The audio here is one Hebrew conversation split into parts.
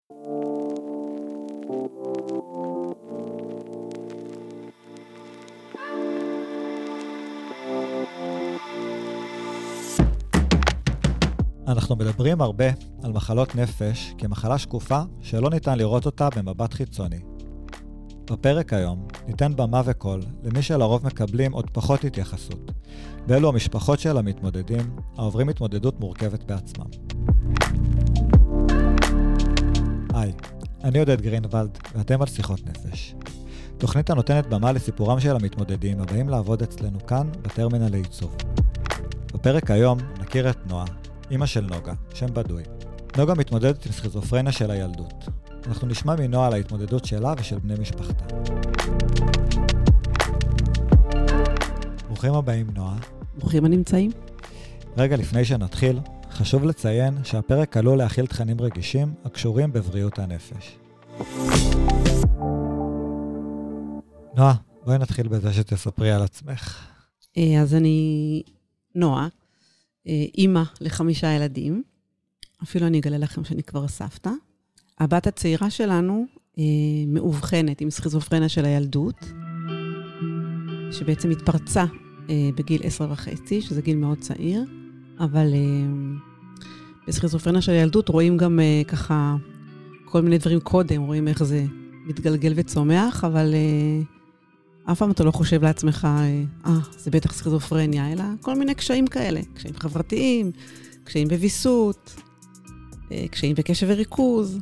אנחנו מדברים הרבה על מחלות נפש כמחלה שקופה שלא ניתן לראות אותה במבט חיצוני. בפרק היום ניתן במה וקול למי שלרוב מקבלים עוד פחות התייחסות, ואלו המשפחות של המתמודדים העוברים התמודדות מורכבת בעצמם. היי, אני עודד גרינוולד ואתם על שיחות נפש. תוכנית הנותנת במה לסיפורם של המתמודדים הבאים לעבוד אצלנו כאן בטרמינל לעיצוב. בפרק היום נכיר את נועה, אמא של נוגה, שם בדוי. נוגה מתמודדת עם סכיזופרניה של הילדות. אנחנו נשמע מנועה על ההתמודדות שלה ושל בני משפחתה. ברוכים הבאים, נועה. ברוכים הנמצאים. רגע לפני שנתחיל, חשוב לציין שהפרק עלול להכיל תכנים רגישים הקשורים בבריאות הנפש. נועה, בואי נתחיל בזה שתספרי על עצמך. אז אני נועה, אימא ל5 ילדים. אפילו אני אגלה לכם שאני כבר סבתא. הבת הצעירה שלנו מאובחנת עם סכיזופרניה של הילדות, שבעצם התפרצה בגיל 10.5, שזה גיל מאוד צעיר, אבל בסכיזופרניה של הילדות רואים גם ככה כל מיני דברים קודם, רואים איך זה מתגלגל וצומח, אבל אף פעם אתה לא חושב לעצמך, זה בטח סכיזופרניה, אלא כל מיני קשיים כאלה, קשיים חברתיים, קשיים בוויסות, קשיים בקשב וריכוז.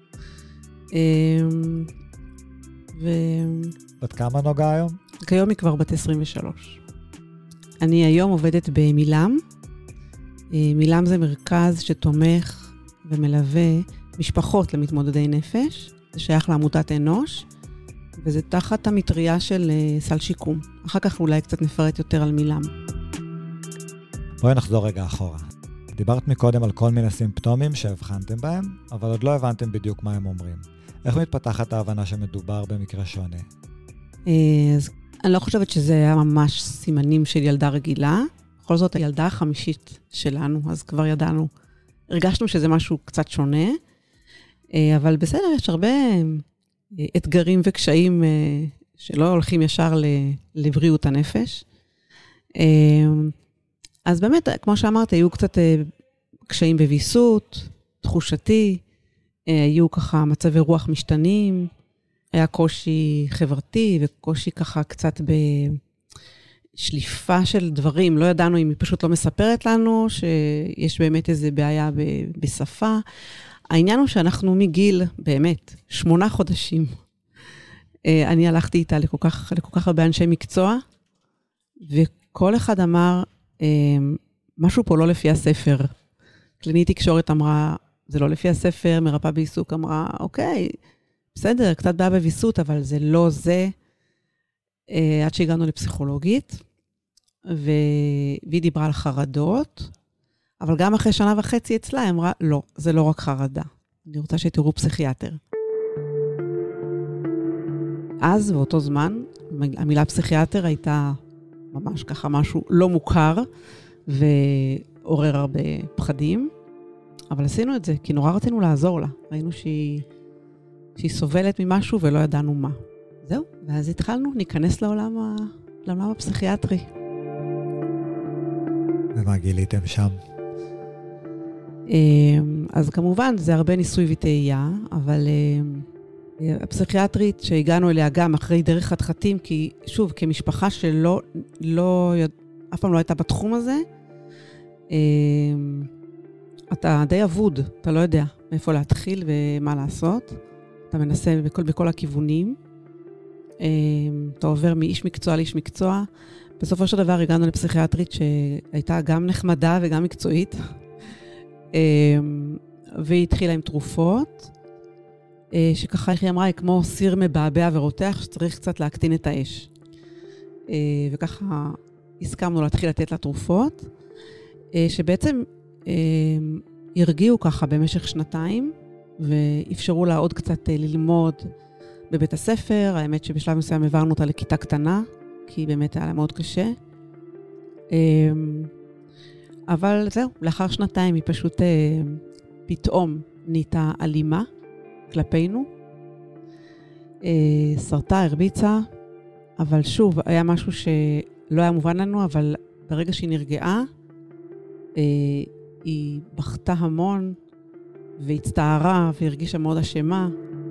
בת כמה נוגה היום? כיום היא כבר בת 23. אני היום עובדת במילם. מילם זה מרכז שתומך ומלווה משפחות למתמודדי נפש. זה שייך לעמותת אנוש, וזה תחת המטריה של סל שיקום. אחר כך אולי קצת נפרט יותר על מילם. בואי נחזור רגע אחורה. דיברת מקודם על כל מיני סימפטומים שהבחנתם בהם, אבל עוד לא הבנתם בדיוק מה הם אומרים. איך מתפתחת ההבנה שמדובר במקרה שונה? אז אני לא חושבת שזה היה ממש סימנים של ילדה רגילה. בכל זאת, הילדה החמישית שלנו, אז כבר ידענו. הרגשנו שזה משהו קצת שונה, אבל בסדר, יש הרבה אתגרים וקשיים שלא הולכים ישר לבריאות הנפש. אז באמת, כמו שאמרתי, היו קצת קשיים בוויסות, תחושתי, היו ככה מצבי רוח משתנים, היה קושי חברתי וקושי ככה קצת בשליפה של דברים. לא ידענו אם היא פשוט לא מספרת לנו, שיש באמת איזו בעיה בשפה. העניין הוא שאנחנו מגיל, באמת, 8 חודשים. אני הלכתי איתה לכל כך הרבה אנשי מקצוע, וכל אחד אמר, משהו פה לא לפי הספר. קלינית תקשורת אמרה, זה לא לפי הספר, מרפאה בעיסוק אמרה, אוקיי, בסדר, קצת בעיה בוויסות, אבל זה לא זה. עד שהגענו לפסיכולוגית, והיא דיברה על חרדות, אבל גם אחרי 1.5 שנה אצלה, היא אמרה, לא, זה לא רק חרדה. אני רוצה שתראו פסיכיאטר. אז, באותו זמן, המילה פסיכיאטר הייתה ממש ככה משהו לא מוכר, ועורר הרבה פחדים, אבל עשינו את זה, כי נורא רצינו לעזור לה. ראינו שהיא סובלת ממשהו ולא ידענו מה. זהו, ואז התחלנו, ניכנס לעולם הפסיכיאטרי. ומה גיליתם שם? אז כמובן, זה הרבה ניסוי וטעייה, אבל הפסיכיאטרית שהגענו אליה גם אחרי דרך חתחתים, כי שוב, כמשפחה אף פעם לא הייתה בתחום הזה, אתה די אבוד, אתה לא יודע מאיפה להתחיל ומה לעשות. אתה מנסה בכל הכיוונים. אתה עובר מאיש מקצוע לאיש מקצוע. בסופו של דבר הגענו לפסיכיאטרית שהייתה גם נחמדה וגם מקצועית. והיא התחילה עם תרופות, שככה איך היא אמרה, היא כמו סיר מבעבע ורותח, שצריך קצת להקטין את האש. וככה הסכמנו להתחיל לתת לה תרופות, שבעצם הרגיעו ככה במשך 2 ואפשרו לה עוד קצת ללמוד בבית הספר. האמת שבשלב מסוים העברנו אותה לכיתה קטנה, כי באמת היה לה מאוד קשה. אבל זהו, לאחר 2 היא פשוט פתאום נהייתה אלימה, כלפינו. סרטה, הרביצה, אבל שוב, היה משהו שלא היה מובן לנו, אבל ברגע שהיא נרגעה, היא בכתה המון, והצטערה, והרגישה מאוד אשמה.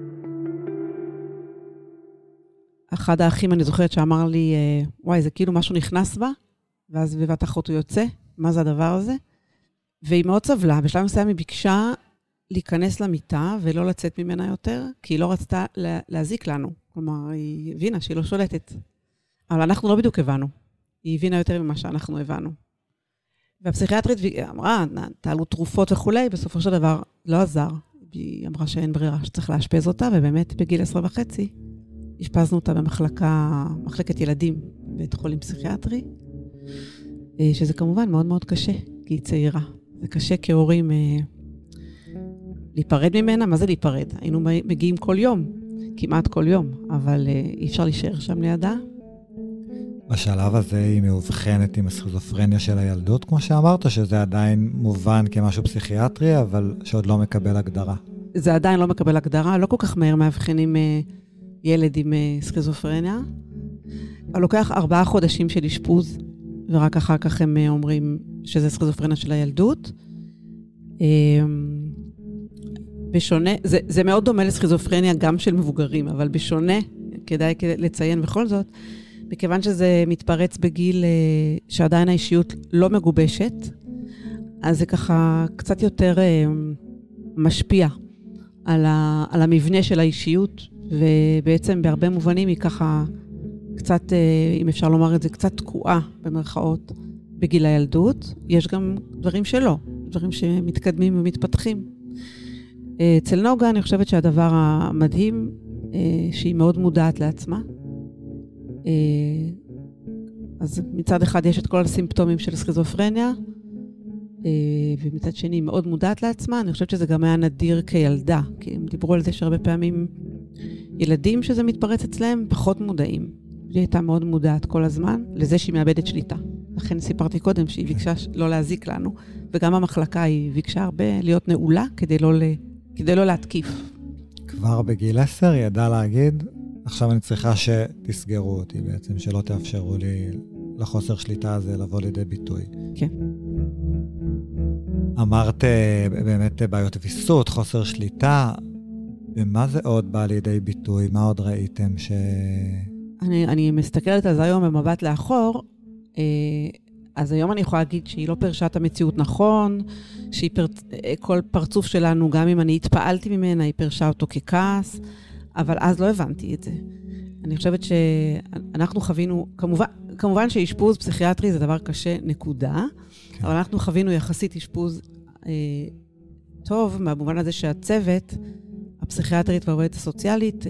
אחד האחים, אני זוכרת שאמר לי, וואי, זה כאילו משהו נכנס בה, ואז בבת אחת הוא יוצא, מה זה הדבר הזה? והיא מאוד סבלה, בשלב מסוים היא ביקשה להיכנס למיטה ולא לצאת ממנה יותר, כי היא לא רצתה להזיק לנו. כלומר, היא הבינה שהיא לא שולטת. אבל אנחנו לא בדיוק הבנו. היא הבינה יותר ממה שאנחנו הבנו. והפסיכיאטרית אמרה, תעלו תרופות וכולי, בסופו של דבר לא עזר. היא אמרה שאין ברירה, שצריך לאשפז אותה, ובאמת בגיל 10.5, אשפזנו אותה במחלקת ילדים, בית חולים פסיכיאטרי, שזה כמובן מאוד מאוד קשה, כי היא צעירה. זה קשה כהורים להיפרד ממנה. מה זה להיפרד? היינו מגיעים כל יום, כמעט כל יום, אבל אי אפשר להישאר שם לידה. בשלב הזה היא מאובחנת עם הסכיזופרניה של הילדות, כמו שאמרת, שזה עדיין מובן כמשהו פסיכיאטרי, אבל שעוד לא מקבל הגדרה. זה עדיין לא מקבל הגדרה, לא כל כך מהר מאבחנים ילד עם סכיזופרניה. אבל לוקח 4 חודשים של אשפוז, ורק אחר כך הם אומרים שזה סכיזופרניה של הילדות. בשונה, זה מאוד דומה לסכיזופרניה גם של מבוגרים, אבל בשונה, כדאי לציין בכל זאת, מכיוון שזה מתפרץ בגיל שעדיין האישיות לא מגובשת, אז זה ככה קצת יותר משפיע על המבנה של האישיות, ובעצם בהרבה מובנים היא ככה קצת, אם אפשר לומר את זה, קצת תקועה במרכאות בגיל הילדות. יש גם דברים שלא, דברים שמתקדמים ומתפתחים. אצל נוגה אני חושבת שהדבר המדהים, שהיא מאוד מודעת לעצמה. אז מצד אחד יש את כל הסימפטומים של סכיזופרניה, ומצד שני היא מאוד מודעת לעצמה. אני חושבת שזה גם היה נדיר כילדה, כי הם דיברו על זה שהרבה פעמים ילדים שזה מתפרץ אצלהם פחות מודעים. היא הייתה מאוד מודעת כל הזמן לזה שהיא מאבדת שליטה. לכן סיפרתי קודם שהיא ביקשה לא להזיק לנו, וגם המחלקה היא ביקשה הרבה להיות נעולה כדי לא להתקיף. כבר בגיל 10 היא ידעה להגיד, עכשיו אני צריכה שתסגרו אותי בעצם, שלא תאפשרו לי לחוסר שליטה הזה לבוא לידי ביטוי. כן. אמרת באמת בעיות ויסות, חוסר שליטה, ומה זה עוד בא לידי ביטוי? מה עוד ראיתם ש... אני מסתכלת על זה היום במבט לאחור, אז היום אני יכולה להגיד שהיא לא פרשה את המציאות נכון, כל פרצוף שלנו, גם אם אני התפעלתי ממנה, היא פרשה אותו ככעס, אבל אז לא הבנתי את זה. אני חושבת שאנחנו חווינו, כמובן שאשפוז פסיכיאטרי זה דבר קשה, נקודה, כן. אבל אנחנו חווינו יחסית אשפוז טוב, מהמובן הזה שהצוות, הפסיכיאטרית והעובדת הסוציאלית,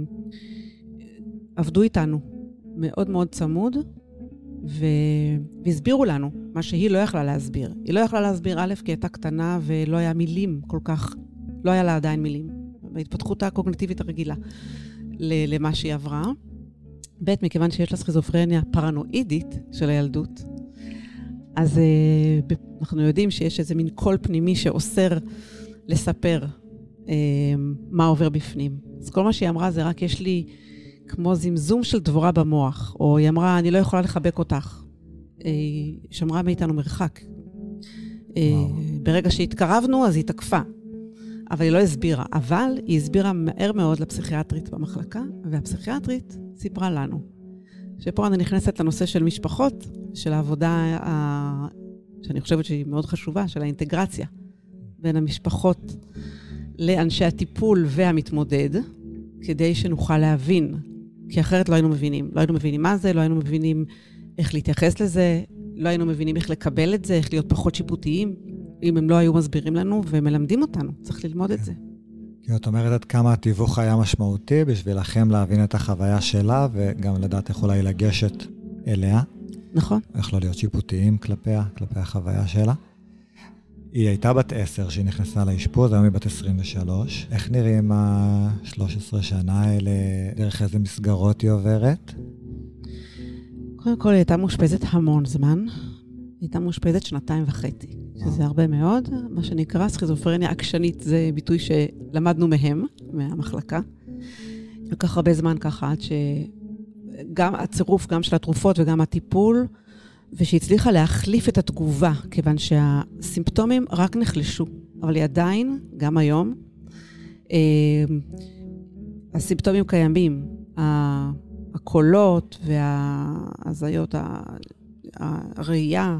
עבדו איתנו מאוד מאוד צמוד, והסבירו לנו מה שהיא לא יכלה להסביר. היא לא יכלה להסביר א', כי הייתה קטנה ולא היה מילים כל כך, לא היה לה עדיין מילים. בהתפתחות הקוגניטיבית הרגילה למה שהיא עברה. ב', מכיוון שיש לה סכיזופרניה פרנואידית של הילדות, אז אנחנו יודעים שיש איזה מין קול פנימי שאוסר לספר מה עובר בפנים. אז כל מה שהיא אמרה זה רק יש לי כמו זמזום של דבורה במוח, או היא אמרה, אני לא יכולה לחבק אותך. היא שמרה מאיתנו מרחק. ברגע שהתקרבנו, אז היא תקפה. אבל היא לא הסבירה. אבל היא הסבירה מהר מאוד לפסיכיאטרית במחלקה, והפסיכיאטרית סיפרה לנו. שפה אני נכנסת לנושא של משפחות, של העבודה, שאני חושבת שהיא מאוד חשובה, של האינטגרציה בין המשפחות לאנשי הטיפול והמתמודד, כדי שנוכל להבין, כי אחרת לא היינו מבינים. לא היינו מבינים מה זה, לא היינו מבינים איך להתייחס לזה, לא היינו מבינים איך לקבל את זה, איך להיות פחות שיפוטיים, אם הם לא היו מסבירים לנו ומלמדים אותנו. צריך ללמוד את זה. כי את אומרת עד כמה התיווך היה משמעותי בשבילכם להבין את החוויה שלה, וגם לדעת איך אולי לגשת אליה. נכון. איך לא להיות שיפוטיים כלפי החוויה שלה. היא הייתה בת 10 שהיא נכנסה לאשפוז, היום היא בת 23. איך נראים ה-13 שנה האלה, דרך איזה מסגרות היא עוברת? קודם כל, היא הייתה מאושפזת המון זמן. היא הייתה מאושפזת 2.5 שנתיים. שזה הרבה מאוד. מה שנקרא סכיזופרניה עקשנית, זה ביטוי שלמדנו מהם, מהמחלקה. לקח הרבה זמן ככה, עד שגם הצירוף, גם של התרופות וגם הטיפול, ושהצליחה להחליף את התגובה, כיוון שהסימפטומים רק נחלשו. אבל היא עדיין, גם היום, הסימפטומים קיימים. הקולות וההזיות, הראייה,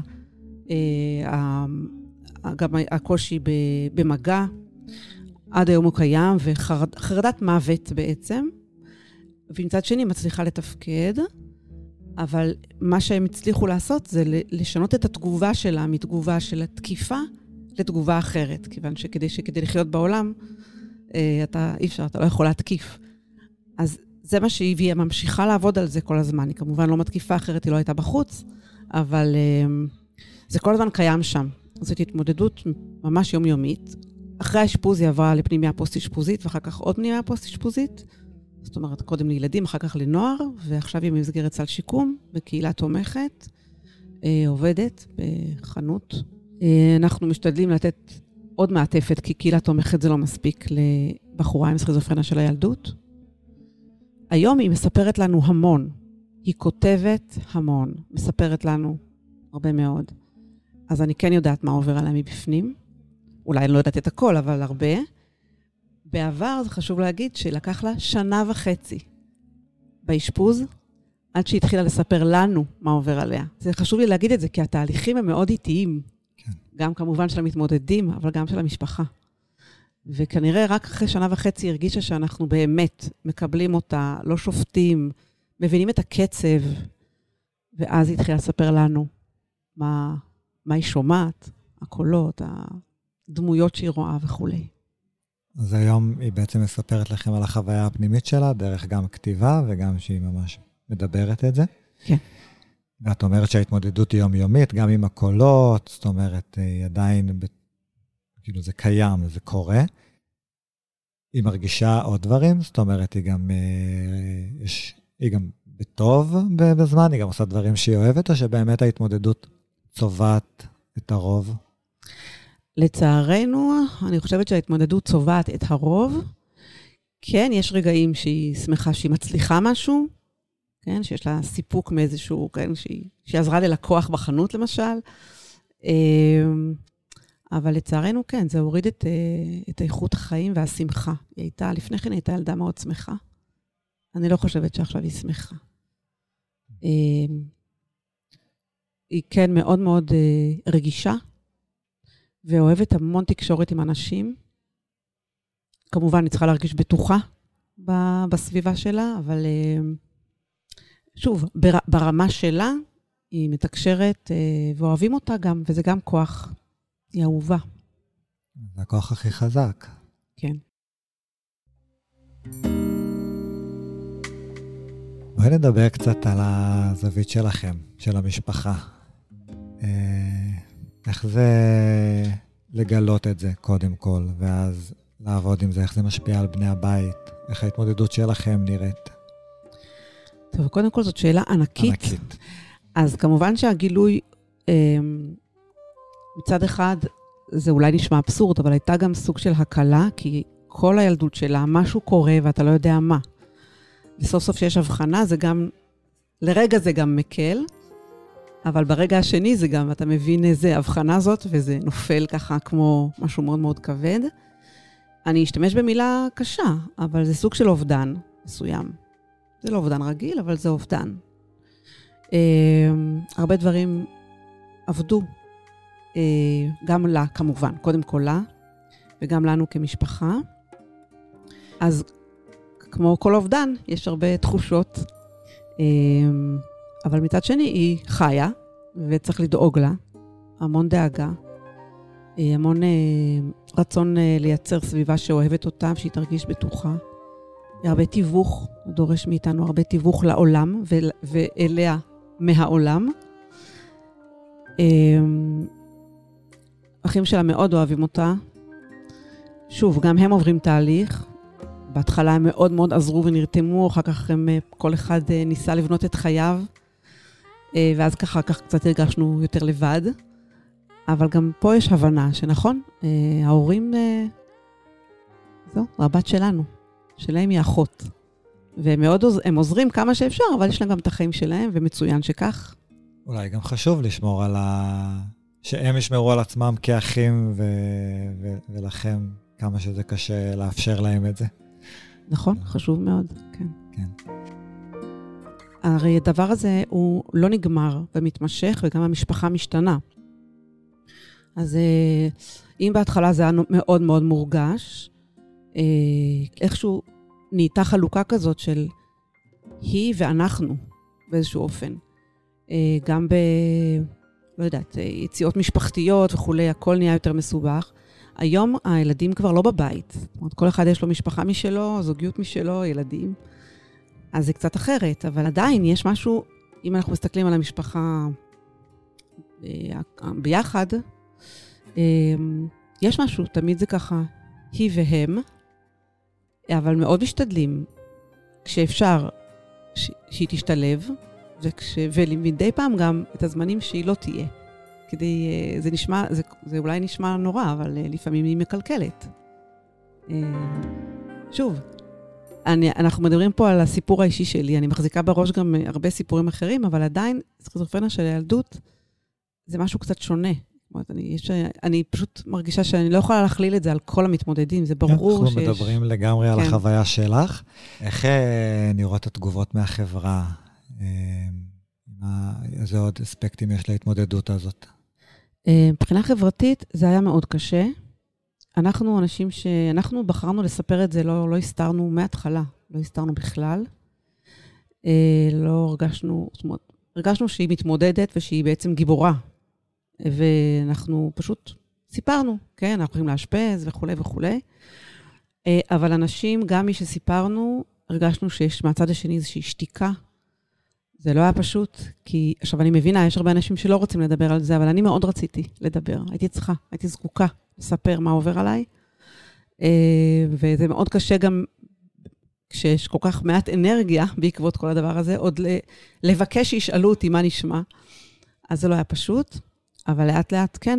גם הקושי במגע, עד היום הוא קיים, וחרדת מוות בעצם, ומצד שני מצליחה לתפקד, אבל מה שהם הצליחו לעשות זה לשנות את התגובה שלה, מתגובה של התקיפה לתגובה אחרת, כיוון שכדי לחיות בעולם, אי אפשר, אתה לא יכול להתקיף. אז זה מה שהיא הביאה, ממשיכה לעבוד על זה כל הזמן. היא כמובן לא מתקיפה אחרת, היא לא הייתה בחוץ, אבל זה כל הזמן קיים שם. זאת התמודדות ממש יומיומית. אחרי האשפוז היא עברה לפנימיה פוסט-אשפוזית, ואחר כך עוד פנימיה פוסט-אשפוזית. זאת אומרת, קודם לילדים, אחר כך לנוער, ועכשיו היא במסגרת סל שיקום, בקהילה תומכת, עובדת בחנות. אנחנו משתדלים לתת עוד מעטפת, כי קהילה תומכת זה לא מספיק לבחורה עם סכיזופרניה של הילדות. היום היא מספרת לנו המון. היא כותבת המון, מספרת לנו הרבה מאוד. אז אני כן יודעת מה עובר עליה מבפנים. אולי אני לא יודעת את הכל, אבל הרבה. בעבר זה חשוב להגיד שלקח לה 1.5 שנה באשפוז, עד שהיא התחילה לספר לנו מה עובר עליה. זה חשוב לי להגיד את זה, כי התהליכים הם מאוד איטיים. כן. גם כמובן של המתמודדים, אבל גם של המשפחה. וכנראה רק אחרי 1.5 שנה היא הרגישה שאנחנו באמת מקבלים אותה, לא שופטים, מבינים את הקצב, ואז היא התחילה לספר לנו מה היא שומעת, הקולות, הדמויות שהיא רואה וכו'. אז היום היא בעצם מספרת לכם על החוויה הפנימית שלה, דרך גם כתיבה וגם שהיא ממש מדברת את זה. כן. ואת אומרת שההתמודדות היא יומיומית, גם עם הקולות, זאת אומרת, היא עדיין, כאילו זה קיים, זה קורה. היא מרגישה עוד דברים, זאת אומרת, היא גם בטוב בזמן, היא גם עושה דברים שהיא אוהבת, או שבאמת ההתמודדות צובעת את הרוב? לצערנו, אני חושבת שההתמודדות צובעת את הרוב. כן, יש רגעים שהיא שמחה שהיא מצליחה משהו, כן, שיש לה סיפוק מאיזשהו, כן, שהיא עזרה ללקוח בחנות למשל. אבל לצערנו, כן, זה הוריד את איכות החיים והשמחה. היא הייתה, לפני כן הייתה ילדה מאוד שמחה. אני לא חושבת שעכשיו היא שמחה. היא כן מאוד מאוד רגישה, ואוהבת המון תקשורת עם אנשים. כמובן, היא צריכה להרגיש בטוחה בסביבה שלה, אבל שוב, ברמה שלה, היא מתקשרת, ואוהבים אותה גם, וזה גם כוח. היא אהובה. זה הכוח הכי חזק. כן. בואי נדבר קצת על הזווית שלכם, של המשפחה. איך זה לגלות את זה קודם כל, ואז לעבוד עם זה, איך זה משפיע על בני הבית, איך ההתמודדות שלכם נראית? טוב, קודם כל זאת שאלה ענקית. אז כמובן שהגילוי, מצד אחד, זה אולי נשמע אבסורד, אבל הייתה גם סוג של הקלה, כי כל הילדות שלה, משהו קורה ואתה לא יודע מה. וסוף סוף שיש הבחנה, זה גם, לרגע זה גם מקל, אבל ברגע השני זה גם, אתה מבין איזה הבחנה זאת, וזה נופל ככה כמו משהו מאוד מאוד כבד. אני אשתמש במילה קשה, אבל זה סוג של אובדן מסוים. זה לא אובדן רגיל, אבל זה אובדן. הרבה דברים עבדו, גם לה כמובן, קודם כל לה, וגם לנו כמשפחה. אז כמו כל אובדן, יש הרבה תחושות, אבל מצד שני היא חיה, וצריך לדאוג לה, המון דאגה, המון רצון לייצר סביבה שאוהבת אותה, שהיא תרגיש בטוחה. הרבה תיווך, דורש מאיתנו הרבה תיווך לעולם, ואליה מהעולם. אחים שלה מאוד אוהבים אותה. שוב, גם הם עוברים תהליך. בהתחלה הם מאוד מאוד עזרו ונרתמו, אחר כך כל אחד ניסה לבנות את חייו, ואז ככה קצת הרגשנו יותר לבד. אבל גם פה יש הבנה שנכון, ההורים, זו, הבת שלנו, שלהם היא אחות. הם עוזרים כמה שאפשר, אבל יש להם גם את החיים שלהם, ומצוין שכך. אולי גם חשוב לשמור שהם ישמרו על עצמם כאחים, ולכם כמה שזה קשה לאפשר להם את זה. נכון, חשוב מאוד, כן. כן. הרי הדבר הזה הוא לא נגמר ומתמשך, וגם המשפחה משתנה. אז אם בהתחלה זה היה מאוד מאוד מורגש, איכשהו נהייתה חלוקה כזאת של היא ואנחנו, באיזשהו אופן. גם לא יודעת, יציאות משפחתיות וכולי, הכל נהיה יותר מסובך. היום הילדים כבר לא בבית. זאת אומרת, כל אחד יש לו משפחה משלו, זוגיות משלו, ילדים. אז זה קצת אחרת, אבל עדיין יש משהו, אם אנחנו מסתכלים על המשפחה ביחד, יש משהו, תמיד זה ככה, היא והם, אבל מאוד משתדלים, כשאפשר שהיא תשתלב, ומדי פעם גם את הזמנים שהיא לא תהיה. כדי, זה אולי נשמע נורא, אבל לפעמים היא מקלקלת. שוב, אנחנו מדברים פה על הסיפור האישי שלי, אני מחזיקה בראש גם הרבה סיפורים אחרים, אבל עדיין, סכיזופרניה של הילדות, זה משהו קצת שונה. אני פשוט מרגישה שאני לא יכולה להכליל את זה על כל המתמודדים, זה ברור שיש... אנחנו מדברים לגמרי על החוויה שלך. איך נראות התגובות מהחברה? איזה עוד אספקטים יש להתמודדות הזאת? מבחינה חברתית זה היה מאוד קשה. אנחנו אנשים שאנחנו בחרנו לספר את זה, לא הסתרנו מההתחלה, לא הסתרנו בכלל. לא הרגשנו, זאת אומרת, הרגשנו שהיא מתמודדת ושהיא בעצם גיבורה. ואנחנו פשוט סיפרנו, כן, אנחנו יכולים להשפז וכו' וכו'. אבל אנשים, גם מי שסיפרנו, הרגשנו שיש מהצד השני איזושהי שתיקה. זה לא היה פשוט, כי עכשיו אני מבינה, יש הרבה אנשים שלא רוצים לדבר על זה, אבל אני מאוד רציתי לדבר. הייתי זקוקה לספר מה עובר עליי. וזה מאוד קשה גם, כשיש כל כך מעט אנרגיה בעקבות כל הדבר הזה, עוד לבקש שישאלו אותי מה נשמע. אז זה לא היה פשוט, אבל לאט לאט כן,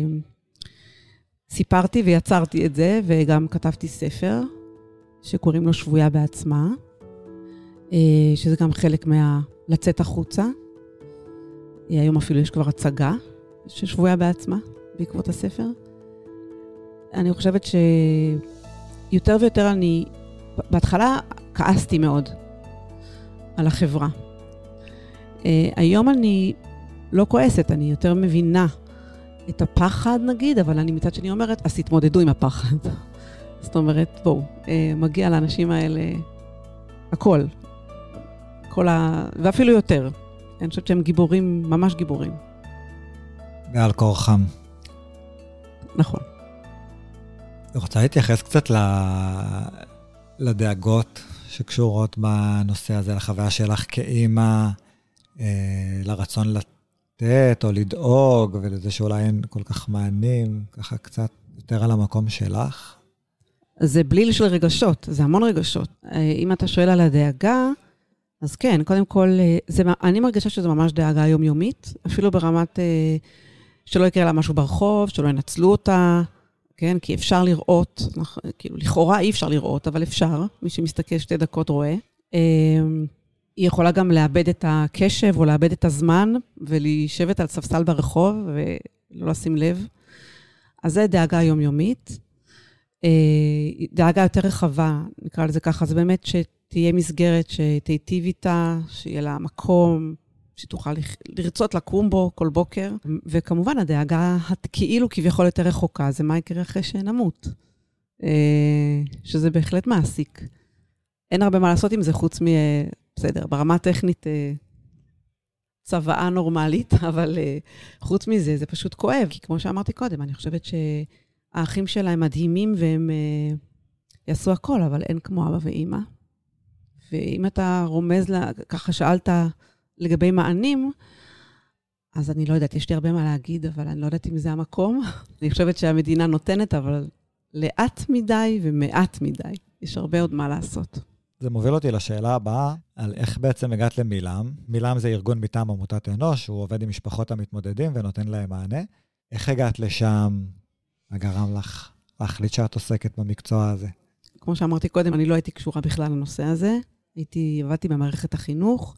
סיפרתי ויצרתי את זה, וגם כתבתי ספר, שקוראים לו שבויה בעצמה, שזה גם חלק לצאת החוצה. היום אפילו יש כבר הצגה ששבויה בעצמה בעקבות הספר. אני חושבת שיותר ויותר בהתחלה כעסתי מאוד על החברה. היום אני לא כועסת, אני יותר מבינה את הפחד נגיד, אבל אני מצד שני אומרת, אז תתמודדו עם הפחד. זאת אומרת, בואו, מגיע לאנשים האלה הכל. ואפילו יותר. אני חושבת שהם גיבורים, ממש גיבורים. בעל כורחם. נכון. אני רוצה להתייחס קצת לדאגות שקשורות בנושא הזה, לחוויה שלך כאימא, לרצון לתת או לדאוג, ולזה שאולי אין כל כך מענים, ככה קצת יותר על המקום שלך. זה בליל של רגשות, זה המון רגשות. אם אתה שואל על הדאגה, אז כן, קודם כל, אני מרגישה שזה ממש דאגה יומיומית, אפילו ברמת שלא יקרה לה משהו ברחוב, שלא ינצלו אותה, כן, כי אפשר לראות, כאילו, לכאורה אי אפשר לראות, אבל אפשר, מי שמסתכל 2 דקות רואה. היא יכולה גם לאבד את הקשב, או לאבד את הזמן, ולהישבת על ספסל ברחוב, ולא לשים לב. אז זה דאגה יומיומית. דאגה יותר רחבה, נקרא לזה ככה, זה באמת שתהיה מסגרת שתיטיב איתה, שיהיה לה מקום, שתוכל לרצות לקום בו כל בוקר. וכמובן, הדאגה כאילו כביכול יותר רחוקה, זה מה יקרה אחרי שנמות. שזה בהחלט מעסיק. אין הרבה מה לעשות עם זה חוץ בסדר, ברמה הטכנית צוואה נורמלית, אבל חוץ מזה זה פשוט כואב, כי כמו שאמרתי קודם, אני חושבת שהאחים שלהם מדהימים והם יעשו הכל, אבל אין כמו אבא ואמא. ואם אתה רומז ככה שאלת לגבי מענים, אז אני לא יודעת, יש לי הרבה מה להגיד, אבל אני לא יודעת אם זה המקום. אני חושבת שהמדינה נותנת, אבל לאט מדי ומעט מדי. יש הרבה עוד מה לעשות. זה מוביל אותי לשאלה הבאה, על איך בעצם הגעת למילם. מילם זה ארגון מטעם עמותת אנוש, הוא עובד עם משפחות המתמודדים ונותן להם מענה. איך הגעת לשם? מה גרם לך להחליט שאת עוסקת במקצוע הזה? כמו שאמרתי קודם, אני לא הייתי קשורה בכלל לנושא הזה. עבדתי במערכת החינוך,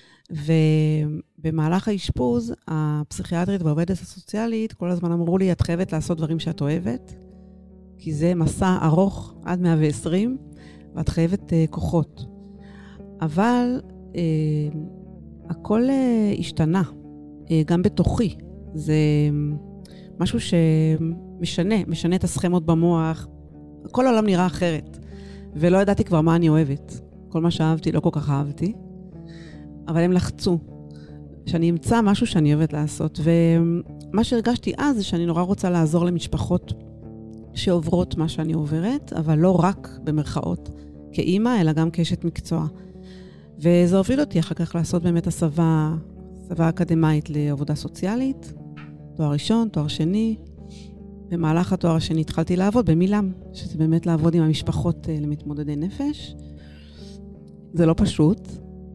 ובמהלך האשפוז, הפסיכיאטרית והעובדת הסוציאלית כל הזמן אמרו לי, את חייבת לעשות דברים שאת אוהבת, כי זה מסע ארוך עד 120, ואת חייבת כוחות. אבל הכל השתנה, גם בתוכי. זה משהו משנה את הסכמות במוח. כל העולם נראה אחרת, ולא ידעתי כבר מה אני אוהבת. כל מה שאהבתי לא כל כך אהבתי, אבל הם לחצו, שאני אמצא משהו שאני אוהבת לעשות. ומה שהרגשתי אז זה שאני נורא רוצה לעזור למשפחות שעוברות מה שאני עוברת, אבל לא רק במרכאות כאימא, אלא גם כאשת מקצוע. וזה הוביל אותי אחר כך לעשות באמת הסבה אקדמית לעבודה סוציאלית, תואר ראשון, תואר שני. במהלך התואר השני התחלתי לעבוד במילם, שזה באמת לעבוד עם המשפחות למתמודדי נפש. זה לא פשוט,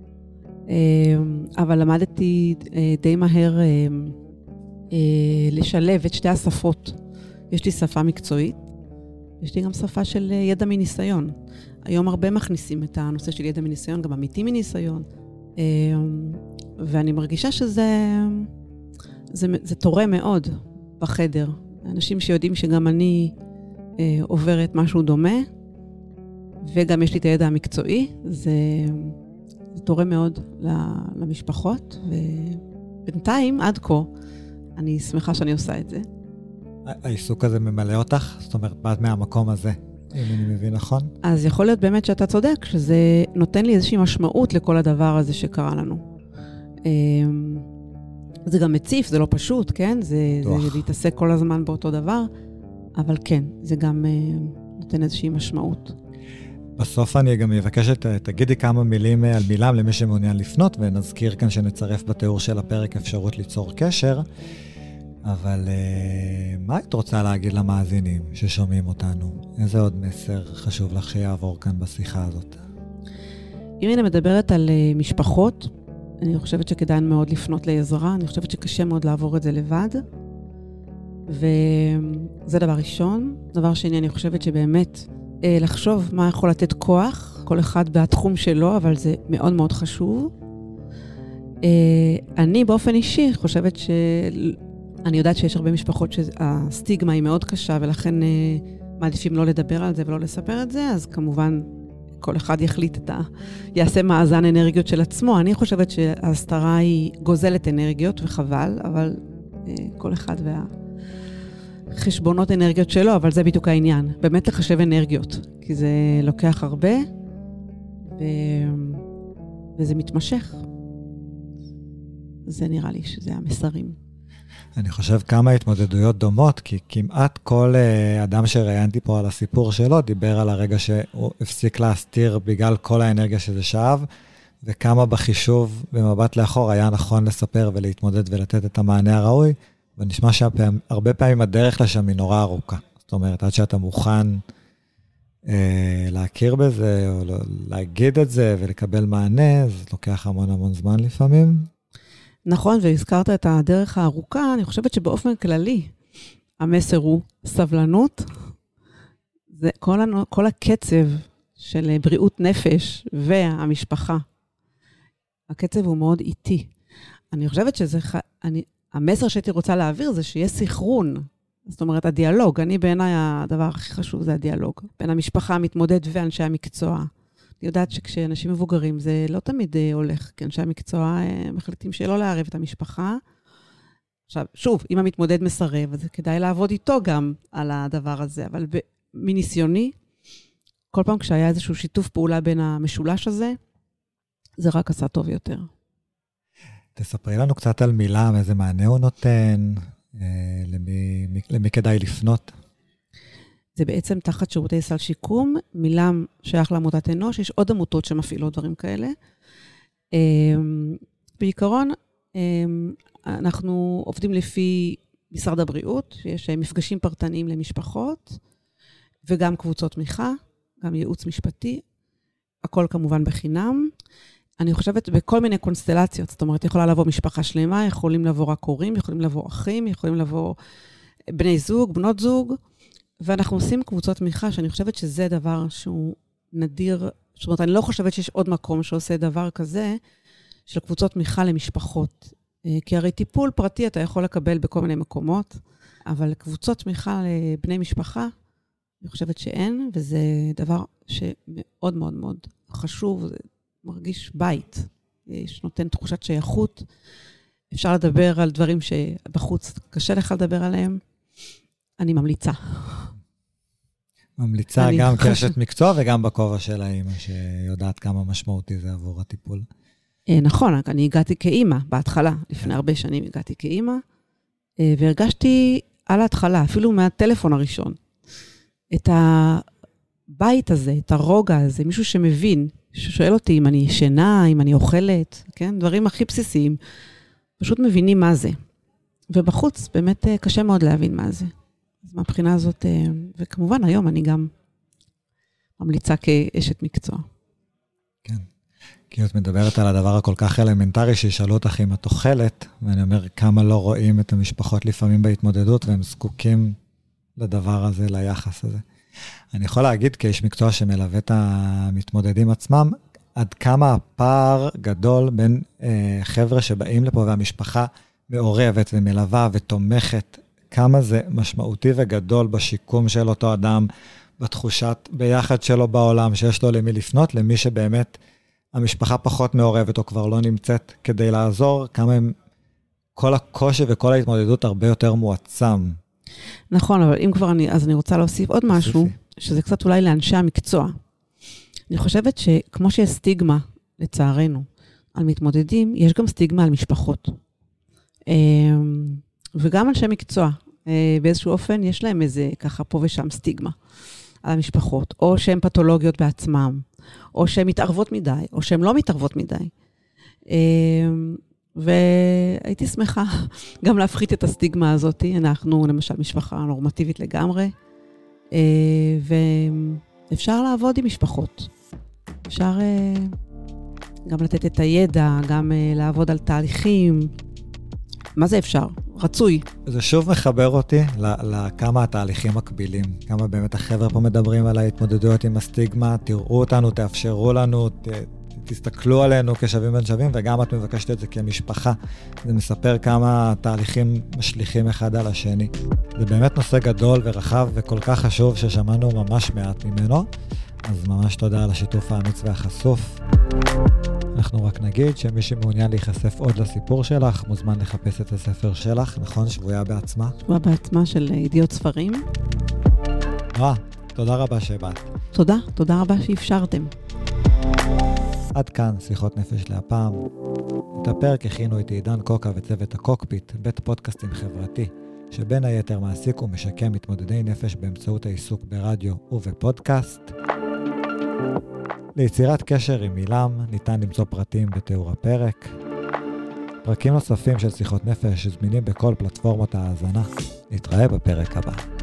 אבל למדתי די מהר לשלב את שתי השפות. יש לי שפה מקצועית, יש לי גם שפה של ידע מניסיון. היום הרבה מכניסים את הנושא של ידע מניסיון, גם אמיתי מניסיון, ואני מרגישה שזה תורם מאוד בחדר. אנשים שיודעים שגם אני עוברת משהו דומה, וגם יש לי את הידע המקצועי, זה תורם מאוד למשפחות, ובינתיים, עד כה, אני שמחה שאני עושה את זה. העיסוק הזה ממלא אותך? זאת אומרת, באת מהמקום הזה, אם אני מבין נכון? אז יכול להיות באמת שאתה צודק, שזה נותן לי איזושהי משמעות לכל הדבר הזה שקרה לנו. זה גם מציף, זה לא פשוט, כן? זה להתעסק כל הזמן באותו דבר, אבל כן, זה גם נותן איזושהי משמעות. בסוף אני גם מבקש תגידי כמה מילים על מילם למי שמעוניין לפנות, ונזכיר כאן שנצרף בתיאור של הפרק אפשרות ליצור קשר, אבל מה היית רוצה להגיד למאזינים ששומעים אותנו? איזה עוד מסר חשוב לך שיעבור כאן בשיחה הזאת? אם אני מדברת על משפחות, אני חושבת שכדאי מאוד לפנות לעזרה, אני חושבת שקשה מאוד לעבור את זה לבד, וזה דבר ראשון. דבר שני, אני חושבת שבאמת לחשוב מה יכול לתת כוח, כל אחד בתחום שלו, אבל זה מאוד מאוד חשוב. אני באופן אישי חושבת אני יודעת שיש הרבה משפחות שהסטיגמה היא מאוד קשה, ולכן מעדיפים לא לדבר על זה ולא לספר את זה, אז כמובן כל אחד יעשה מאזן אנרגיות של עצמו. אני חושבת שההסתרה היא גוזלת אנרגיות וחבל, אבל כל אחד חשבונות אנרגיות שלו, אבל זה בדיוק העניין. באמת לחשב אנרגיות, כי זה לוקח הרבה, וזה מתמשך. זה נראה לי שזה המסרים. אני חושב כמה התמודדויות דומות, כי כמעט כל אדם שראיינתי פה על הסיפור שלו, דיבר על הרגע שהוא הפסיק להסתיר בגלל כל האנרגיה שזה שאב, וכמה בחישוב במבט לאחור היה נכון לספר ולהתמודד ולתת את המענה הראוי, ונשמע שהרבה פעמים הדרך לשם היא נורא ארוכה. זאת אומרת, עד שאתה מוכן להכיר בזה, או להגיד את זה ולקבל מענה, זה לוקח המון המון זמן לפעמים. נכון, והזכרת את הדרך הארוכה, אני חושבת שבאופן כללי, המסר הוא סבלנות. זה כל הקצב של בריאות נפש והמשפחה. הקצב הוא מאוד איטי. אני חושבת המסר שהייתי רוצה להעביר זה שיהיה סכרון. זאת אומרת, הדיאלוג. בעיניי הדבר הכי חשוב זה הדיאלוג. בין המשפחה המתמודד ואנשי המקצוע. אני יודעת שכשאנשים מבוגרים זה לא תמיד הולך, כי אנשי המקצוע מחליטים שלא לערב את המשפחה. עכשיו, שוב, אם המתמודד מסרב, אז כדאי לעבוד איתו גם על הדבר הזה, אבל מניסיוני, כל פעם כשהיה איזשהו שיתוף פעולה בין המשולש הזה, זה רק עשה טוב יותר. תספרי לנו קצת על מילם, איזה מענה הוא נותן, למי כדאי לפנות? זה בעצם תחת שירותי סל שיקום, מילם שייך לעמותת אנוש, יש עוד עמותות שמפעילות דברים כאלה. בעיקרון, אנחנו עובדים לפי משרד הבריאות, יש מפגשים פרטניים למשפחות, וגם קבוצות תמיכה, גם ייעוץ משפטי, הכל כמובן בחינם. אני חושבת בכל מיני קונסטלציות, זאת אומרת, יכולה לבוא משפחה שלמה, יכולים לבוא רק הורים, יכולים לבוא אחים, יכולים לבוא בני זוג, בנות זוג, ואנחנו עושים קבוצות תמיכה, שאני חושבת שזה דבר שהוא נדיר, זאת אומרת, אני לא חושבת שיש עוד מקום שעושה דבר כזה, של קבוצות תמיכה למשפחות. כי הרי טיפול פרטי אתה יכול לקבל בכל מיני מקומות, אבל קבוצות תמיכה לבני משפחה, אני חושבת שאין, וזה דבר שמאוד מאוד מאוד חשוב, זה מרגיש בית, שנותן תחושת שייכות, אפשר לדבר על דברים שבחוץ קשה לך לדבר עליהם, אני ממליצה. ממליצה גם כאשת מקצוע וגם בכובע של האמא, שיודעת כמה משמעותי זה עבור הטיפול. נכון, אני הגעתי כאמא בהתחלה, לפני הרבה שנים הגעתי כאמא, והרגשתי על ההתחלה, אפילו מהטלפון הראשון, את הבית הזה, את הרוגע הזה, מישהו שמבין, ששואל אותי אם אני ישנה, אם אני אוכלת, כן? דברים הכי בסיסיים, פשוט מבינים מה זה. ובחוץ באמת קשה מאוד להבין מה זה. אז מהבחינה הזאת, וכמובן היום אני גם ממליצה כאשת מקצוע. כן. כי את מדברת על הדבר הכל כך אלמנטרי, שישאלו אותך אם את אוכלת, ואני אומר כמה לא רואים את המשפחות לפעמים בהתמודדות, והם זקוקים לדבר הזה, ליחס הזה. אני יכול להגיד כאיש מקצוע שמלווה את המתמודדים עצמם, עד כמה הפער גדול בין חבר'ה שבאים לפה, והמשפחה מעורבת ומלווה ותומכת, כמה זה משמעותי וגדול בשיקום של אותו אדם, בתחושת ביחד שלו בעולם, שיש לו למי לפנות, למי שבאמת המשפחה פחות מעורבת או כבר לא נמצאת כדי לעזור, כמה הם, כל הקושי וכל ההתמודדות הרבה יותר מועצם. נכון, אבל אם כבר אז אני רוצה להוסיף עוד משהו, שזה קצת אולי לאנשי המקצוע. אני חושבת שכמו שיש סטיגמה, לצערנו, על מתמודדים, יש גם סטיגמה על משפחות. וגם אנשי מקצוע, באיזשהו אופן, יש להם איזה ככה פה ושם סטיגמה על המשפחות, או שהן פתולוגיות בעצמם, או שהן מתערבות מדי, או שהן לא מתערבות מדי. והייתי שמחה גם להפחית את הסטיגמה הזאת. אנחנו למשל משפחה נורמטיבית לגמרי, ואפשר לעבוד עם משפחות. אפשר גם לתת את הידע, גם לעבוד על תהליכים. מה זה אפשר? רצוי. זה שוב מחבר אותי לכמה התהליכים מקבילים. כמה באמת החבר'ה פה מדברים על ההתמודדויות עם הסטיגמה, תראו אותנו, תאפשרו לנו, תסתכלו עלינו כשווים בין שווים, וגם את מבקשת את זה כמשפחה. זה מספר כמה תהליכים משליכים אחד על השני. זה באמת נושא גדול ורחב וכל כך חשוב ששמענו ממש מעט ממנו. אז ממש תודה על השיתוף האמיץ והחשוף. אנחנו רק נגיד שמי שמעוניין להיחשף עוד לסיפור שלך, מוזמן לחפש את הספר שלך, נכון? שבויה בעצמה. שבויה בעצמה של ידיעות ספרים. תודה רבה שבאת. תודה רבה שאפשרתם. עד כאן שיחות נפש להפעם. את הפרק הכינו איתי עידן קוקה וצוות הקוקפיט, בית פודקאסטים חברתי, שבין היתר מעסיק ומשקם מתמודדי נפש באמצעות העיסוק ברדיו ובפודקאסט. ליצירת קשר עם מילם ניתן למצוא פרטים בתיאור הפרק. פרקים נוספים של שיחות נפש זמינים בכל פלטפורמות ההאזנה. נתראה בפרק הבא.